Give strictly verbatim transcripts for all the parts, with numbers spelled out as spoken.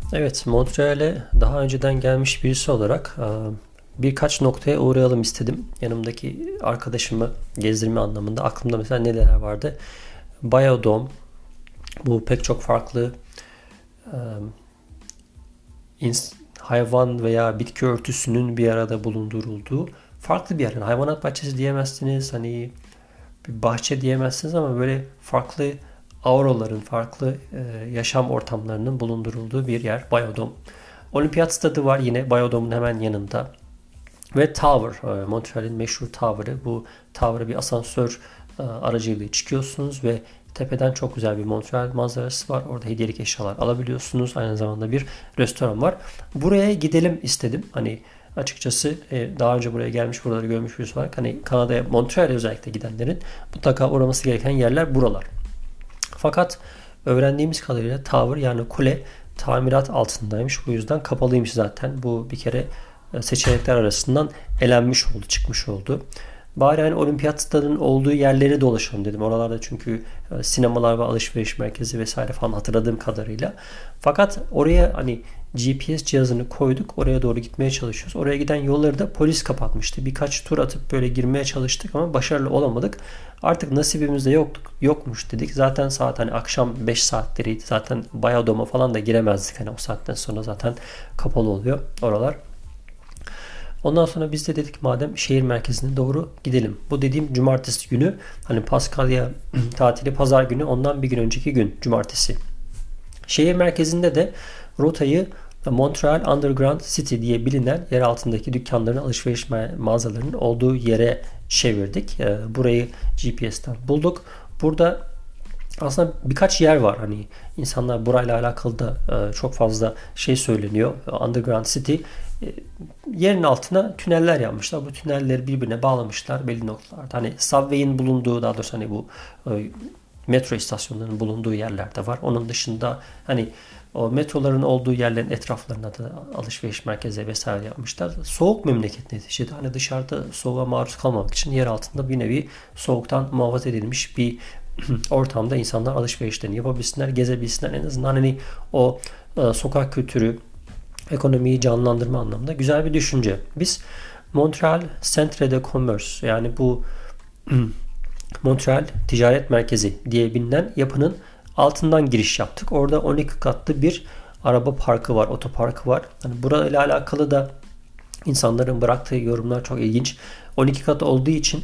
Evet, Montreal'e daha önceden gelmiş birisi olarak e, birkaç noktaya uğrayalım istedim. Yanımdaki arkadaşımı gezdirme anlamında aklımda mesela neler vardı? Biodome, bu pek çok farklı e, ins- hayvan veya bitki örtüsünün bir arada bulundurulduğu farklı bir yer. Yani hayvanat bahçesi diyemezsiniz, hani bir bahçe diyemezsiniz ama böyle farklı auraların, farklı e, yaşam ortamlarının bulundurulduğu bir yer. Biodome. Olimpiyat stadı var yine Biodome'un hemen yanında. Ve Tower, e, Montreal'in meşhur Tower'ı. Bu Tower'a bir asansör e, aracılığıyla çıkıyorsunuz ve tepeden çok güzel bir Montreal manzarası var. Orada hediyelik eşyalar alabiliyorsunuz. Aynı zamanda bir restoran var. Buraya gidelim istedim. Hani açıkçası e, daha önce buraya gelmiş, buraları görmüş birisi olarak hani Kanada'ya, Montreal'e özellikle gidenlerin mutlaka uğraması gereken yerler buralar. Fakat öğrendiğimiz kadarıyla Tower, yani kule, tamirat altındaymış. Bu yüzden kapalıymış zaten. Bu bir kere e, seçenekler arasından elenmiş oldu, çıkmış oldu. Bari hani olimpiyat stadının olduğu yerleri dolaşalım dedim. Oralarda çünkü e, sinemalar ve alışveriş merkezi vesaire falan hatırladığım kadarıyla. Fakat oraya hani G P S cihazını koyduk. Oraya doğru gitmeye çalışıyoruz. Oraya giden yolları da polis kapatmıştı. Birkaç tur atıp böyle girmeye çalıştık ama başarılı olamadık. Artık nasibimizde yoktuk, yokmuş dedik. Zaten saat hani akşam beş saatleriydi. Zaten Biodoma falan da giremezdik. Hani o saatten sonra zaten kapalı oluyor oralar. Ondan sonra biz de dedik madem şehir merkezine doğru gidelim. Bu dediğim cumartesi günü, hani Paskalya tatili pazar günü, ondan bir gün önceki gün cumartesi. Şehir merkezinde de rotayı Montreal Underground City diye bilinen yer altındaki dükkanların, alışveriş mağazalarının olduğu yere çevirdik. Burayı G P S'ten bulduk. Burada aslında birkaç yer var. Hani insanlar burayla alakalı da çok fazla şey söyleniyor. Underground City, yerin altına tüneller yapmışlar. Bu tünelleri birbirine bağlamışlar belli noktalarda. Hani Subway'in bulunduğu, daha doğrusu hani bu metro istasyonlarının bulunduğu yerlerde var. Onun dışında hani o metroların olduğu yerlerin etraflarına da alışveriş merkezi vesaire yapmışlar. Soğuk memleket neticede. Hani dışarıda soğuğa maruz kalmamak için yer altında bir nevi soğuktan muhafaza edilmiş bir ortamda insanlar alışverişlerini yapabilsinler, gezebilsinler. En azından hani o e, sokak kültürü, ekonomiyi canlandırma anlamında güzel bir düşünce. Biz Montreal Centre de Commerce, yani bu Montreal Ticaret Merkezi diye bilinen yapının altından giriş yaptık. Orada on iki katlı bir araba parkı var, otoparkı var. Hani burayla alakalı da insanların bıraktığı yorumlar çok ilginç. on iki kat olduğu için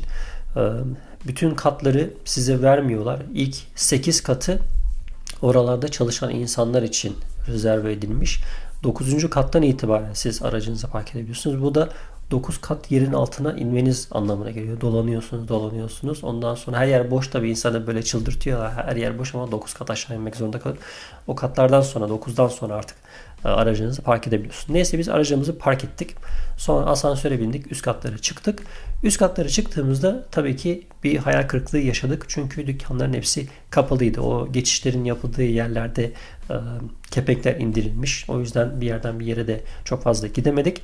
bütün katları size vermiyorlar. İlk sekiz katı oralarda çalışan insanlar için rezerve edilmiş. dokuzuncu kattan itibaren siz aracınızı park edebiliyorsunuz. Bu da dokuz kat yerin altına inmeniz anlamına geliyor. Dolanıyorsunuz, dolanıyorsunuz. Ondan sonra her yer boş, tabii insanı böyle çıldırtıyor. Her yer boş ama dokuz kat aşağı inmek zorunda kalır. O katlardan sonra, dokuzdan sonra artık aracınızı park edebiliyorsunuz. Neyse biz aracımızı park ettik. Sonra asansöre bindik. Üst katlara çıktık. Üst katlara çıktığımızda tabii ki bir hayal kırıklığı yaşadık. Çünkü dükkanların hepsi kapalıydı. O geçişlerin yapıldığı yerlerde e, kepenkler indirilmiş. O yüzden bir yerden bir yere de çok fazla gidemedik.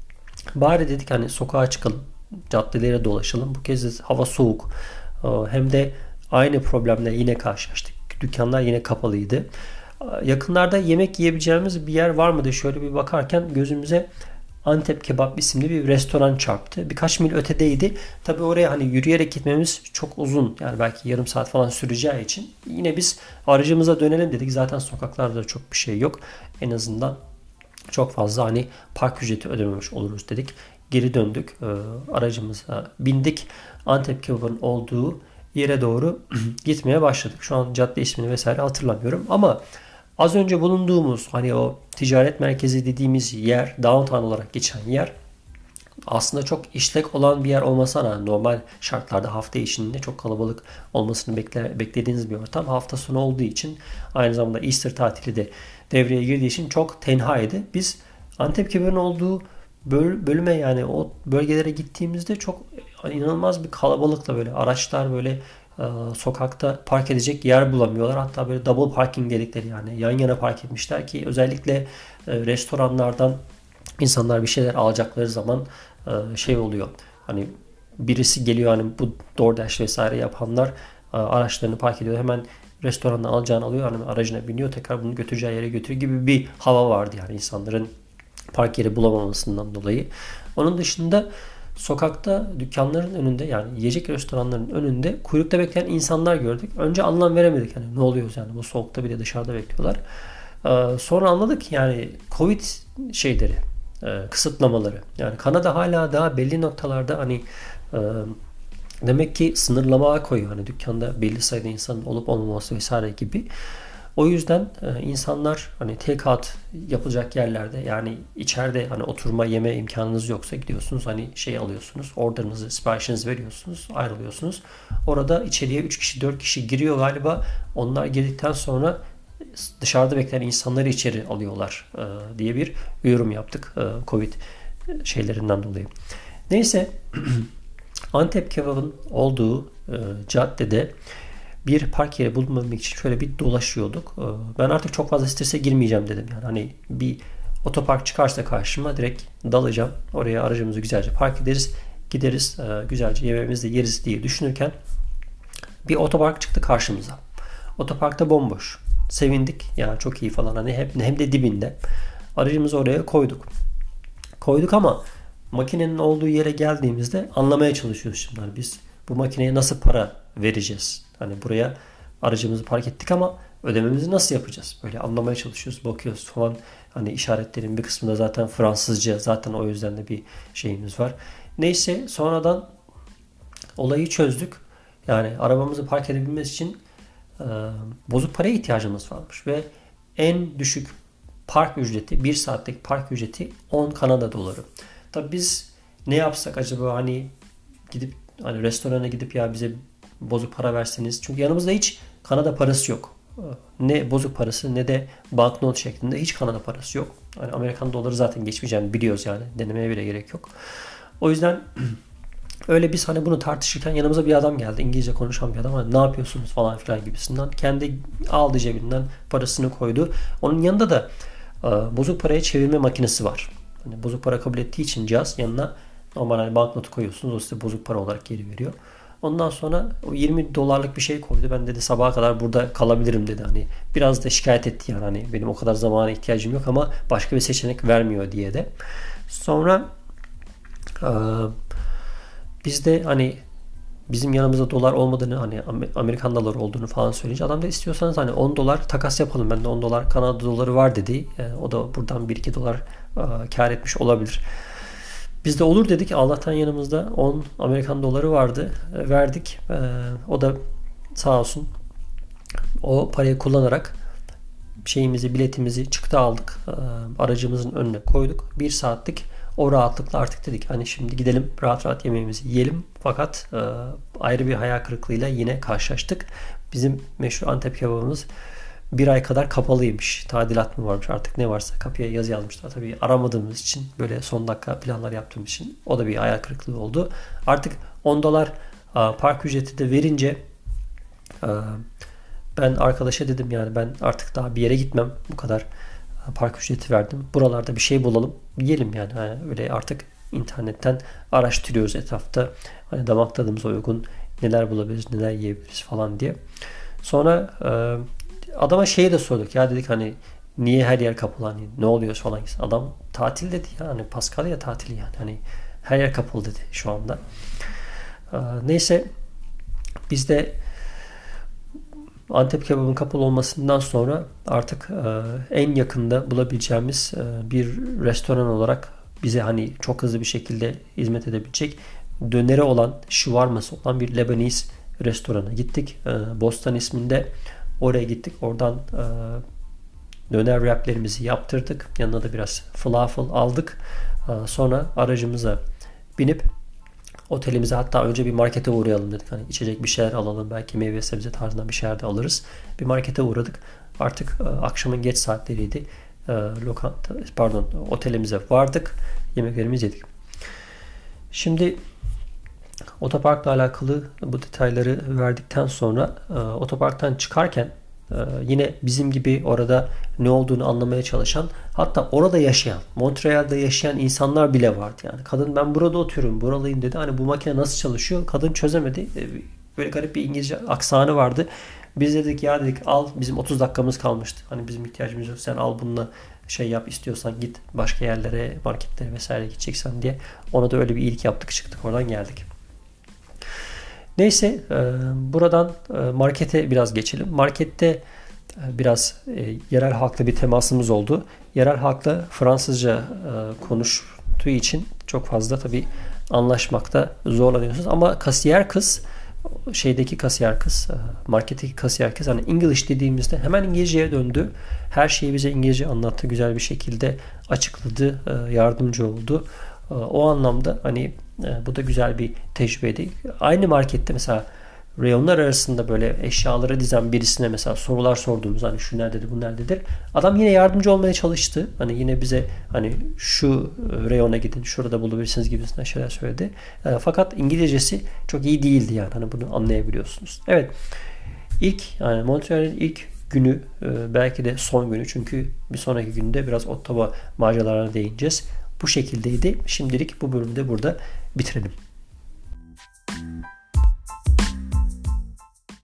Bari dedik hani sokağa çıkalım, caddelere dolaşalım. Bu kez de hava soğuk. Hem de aynı problemle yine karşılaştık. Dükkanlar yine kapalıydı. Yakınlarda yemek yiyebileceğimiz bir yer var mı diye şöyle bir bakarken gözümüze Antep Kebap isimli bir restoran çarptı. Birkaç mil ötedeydi. Tabi oraya hani yürüyerek gitmemiz çok uzun. Yani belki yarım saat falan süreceği için yine biz aracımıza dönelim dedik. Zaten sokaklarda çok bir şey yok. En azından çok fazla hani park ücreti ödememiş oluruz dedik. Geri döndük. E, aracımıza bindik. Antep Kebap'ın olduğu yere doğru gitmeye başladık. Şu an cadde ismini vesaire hatırlamıyorum ama az önce bulunduğumuz hani o ticaret merkezi dediğimiz yer, downtown olarak geçen yer aslında çok işlek olan bir yer olmasına rağmen normal şartlarda hafta içinde çok kalabalık olmasını bekle, beklediğiniz bir ortam. Hafta sonu olduğu için, aynı zamanda Easter tatili de devreye girdiği için çok tenhaydı. Biz Antep Kebap'ın olduğu bölüme, yani o bölgelere gittiğimizde çok inanılmaz bir kalabalıkla böyle araçlar böyle e, sokakta park edecek yer bulamıyorlar. Hatta böyle double parking dedikleri, yani yan yana park etmişler ki özellikle e, restoranlardan insanlar bir şeyler alacakları zaman e, şey oluyor. Hani birisi geliyor, hani bu DoorDash vesaire yapanlar e, araçlarını park ediyor. Hemen restorandan alacağını alıyor, hani aracına biniyor, tekrar bunu götüreceği yere götürüyor gibi bir hava vardı yani insanların park yeri bulamamasından dolayı. Onun dışında sokakta dükkanların önünde, yani yiyecek restoranların önünde kuyrukta bekleyen insanlar gördük. Önce anlam veremedik, hani ne oluyoruz yani bu soğukta bile dışarıda bekliyorlar. Ee, sonra anladık yani Covid şeyleri, e, kısıtlamaları. Yani Kanada hala daha belli noktalarda hani e, demek ki sınırlama koyuyor. Hani dükkanda belli sayıda insanın olup olmaması vesaire gibi. O yüzden e, insanlar hani take out yapılacak yerlerde, yani içeride hani oturma yeme imkanınız yoksa gidiyorsunuz, hani şey alıyorsunuz, orderınızı, siparişinizi veriyorsunuz, ayrılıyorsunuz. Orada içeriye üç kişi dört kişi giriyor galiba. Onlar girdikten sonra dışarıda bekleyen insanları içeri alıyorlar e, diye bir yorum yaptık e, Covid şeylerinden dolayı. Neyse Antep kebabın olduğu e, caddede bir park yeri bulmamak için şöyle bir dolaşıyorduk. E, ben artık çok fazla strese girmeyeceğim dedim. Yani hani bir otopark çıkarsa karşıma direkt dalacağım. Oraya aracımızı güzelce park ederiz. Gideriz e, güzelce yemeğimizi de yeriz diye düşünürken bir otopark çıktı karşımıza. Otoparkta bomboş. Sevindik. Yani çok iyi falan. Hani hem, hem de dibinde. Aracımızı oraya koyduk. Koyduk ama makinenin olduğu yere geldiğimizde anlamaya çalışıyoruz şimdi. Yani biz bu makineye nasıl para vereceğiz? Hani buraya aracımızı park ettik ama ödememizi nasıl yapacağız? Böyle anlamaya çalışıyoruz, bakıyoruz falan. Hani işaretlerin bir kısmında zaten Fransızca, zaten o yüzden de bir şeyimiz var. Neyse sonradan olayı çözdük. Yani arabamızı park edebilmemiz için e, bozuk paraya ihtiyacımız varmış ve en düşük park ücreti, bir saatlik park ücreti on Kanada doları. Tabii biz ne yapsak acaba, hani gidip hani restorana gidip ya bize bozuk para verseniz, çünkü yanımızda hiç Kanada parası yok. Ne bozuk parası ne de banknot şeklinde hiç Kanada parası yok. Hani Amerikan doları zaten geçmeyeceğini biliyoruz, yani denemeye bile gerek yok. O yüzden öyle biz hani bunu tartışırken yanımıza bir adam geldi. İngilizce konuşan bir adam. Hani ne yapıyorsunuz falan filan gibisinden. Kendi aldı cebinden parasını koydu. Onun yanında da e, bozuk paraya çevirme makinesi var. Hani bozuk para kabul ettiği için cihaz yanına normal hani banknotu koyuyorsunuz. O size bozuk para olarak geri veriyor. Ondan sonra o yirmi dolarlık bir şey koydu. Ben dedi sabaha kadar burada kalabilirim dedi. Hani biraz da şikayet etti yani. Hani benim o kadar zamana ihtiyacım yok ama başka bir seçenek vermiyor diye de. Sonra e, biz de hani bizim yanımızda dolar olmadığını, hani Amerikan doları olduğunu falan söyleyince adam da istiyorsanız hani on dolar takas yapalım. Bende on dolar Kanada doları var dedi. E, o da buradan bir iki dolar e, kar etmiş olabilir. Biz de olur dedik. Allah'tan yanımızda on Amerikan doları vardı. E, verdik. E, o da sağ olsun o parayı kullanarak şeyimizi, biletimizi çıktı aldık. E, aracımızın önüne koyduk. Bir saatlik o rahatlıkla artık dedik hani şimdi gidelim rahat rahat yemeğimizi yiyelim. Fakat e, ayrı bir hayal kırıklığıyla yine karşılaştık. Bizim meşhur Antep kebabımız bir ay kadar kapalıymış. Tadilat mı varmış artık ne varsa kapıya yazı yazmışlar. Tabii aramadığımız için, böyle son dakika planlar yaptığımız için o da bir hayal kırıklığı oldu. Artık on dolar e, park ücreti de verince e, ben arkadaşa dedim yani ben artık daha bir yere gitmem, bu kadar park ücreti verdim. Buralarda bir şey bulalım, yiyelim yani. yani öyle artık internetten araştırıyoruz etrafta. Hani damak tadımıza uygun neler bulabiliriz, neler yiyebiliriz falan diye. Sonra e, adama şeyi de sorduk. Ya dedik hani niye her yer kapalı, hani ne oluyor falan. Adam tatil dedi ya, hani Paskalya tatili yani. Hani her yer kapalı dedi şu anda. E, neyse biz de Antep kebabın kapalı olmasından sonra artık e, en yakında bulabileceğimiz e, bir restoran olarak bize hani çok hızlı bir şekilde hizmet edebilecek döneri olan, şuvarması olan bir Lebanese restorana gittik. E, Bostan isminde, oraya gittik. Oradan e, döner wraplerimizi yaptırdık. Yanına da biraz falafel aldık. E, sonra aracımıza binip otelimize, hatta önce bir markete uğrayalım dedik. Hani içecek bir şeyler alalım. Belki meyve sebze tarzından bir şeyler de alırız. Bir markete uğradık. Artık e, akşamın geç saatleriydi. E, lokanta, pardon, otelimize vardık. Yemeklerimizi yedik. Şimdi otoparkla alakalı bu detayları verdikten sonra e, otoparktan çıkarken e, yine bizim gibi orada ne olduğunu anlamaya çalışan, hatta orada yaşayan, Montreal'de yaşayan insanlar bile vardı yani. Kadın ben burada oturuyorum, buralıyım dedi. Hani bu makine nasıl çalışıyor? Kadın çözemedi. E, böyle garip bir İngilizce aksanı vardı. Biz dedik ya dedik al, bizim otuz dakikamız kalmıştı. Hani bizim ihtiyacımız yok. Sen al bununla şey yap, istiyorsan git başka yerlere, marketlere vesaire gideceksen diye. Ona da öyle bir iyilik yaptık, çıktık oradan geldik. Neyse buradan markete biraz geçelim. Markette biraz yerel halkla bir temasımız oldu. Yerel halkla Fransızca konuştuğu için çok fazla tabii anlaşmakta zorlanıyorsunuz. Ama kasiyer kız, şeydeki kasiyer kız, marketteki kasiyer kız, hani English dediğimizde hemen İngilizceye döndü. Her şeyi bize İngilizce anlattı. Güzel bir şekilde açıkladı, yardımcı oldu. O anlamda hani bu da güzel bir tecrübeydi. Aynı markette mesela reyonlar arasında böyle eşyaları dizen birisine mesela sorular sorduğumuz, hani şu nerededir, bu nerededir, adam yine yardımcı olmaya çalıştı. Hani yine bize hani şu reyona gidin, şurada bulabilirsiniz gibisinden şeyler söyledi. E, fakat İngilizcesi çok iyi değildi yani. Hani bunu anlayabiliyorsunuz. Evet. İlk yani Montreal'in ilk günü, e, belki de son günü, çünkü bir sonraki günde biraz Ottawa maceralarına değineceğiz. Bu şekildeydi. Şimdilik bu bölümde burada bitirelim.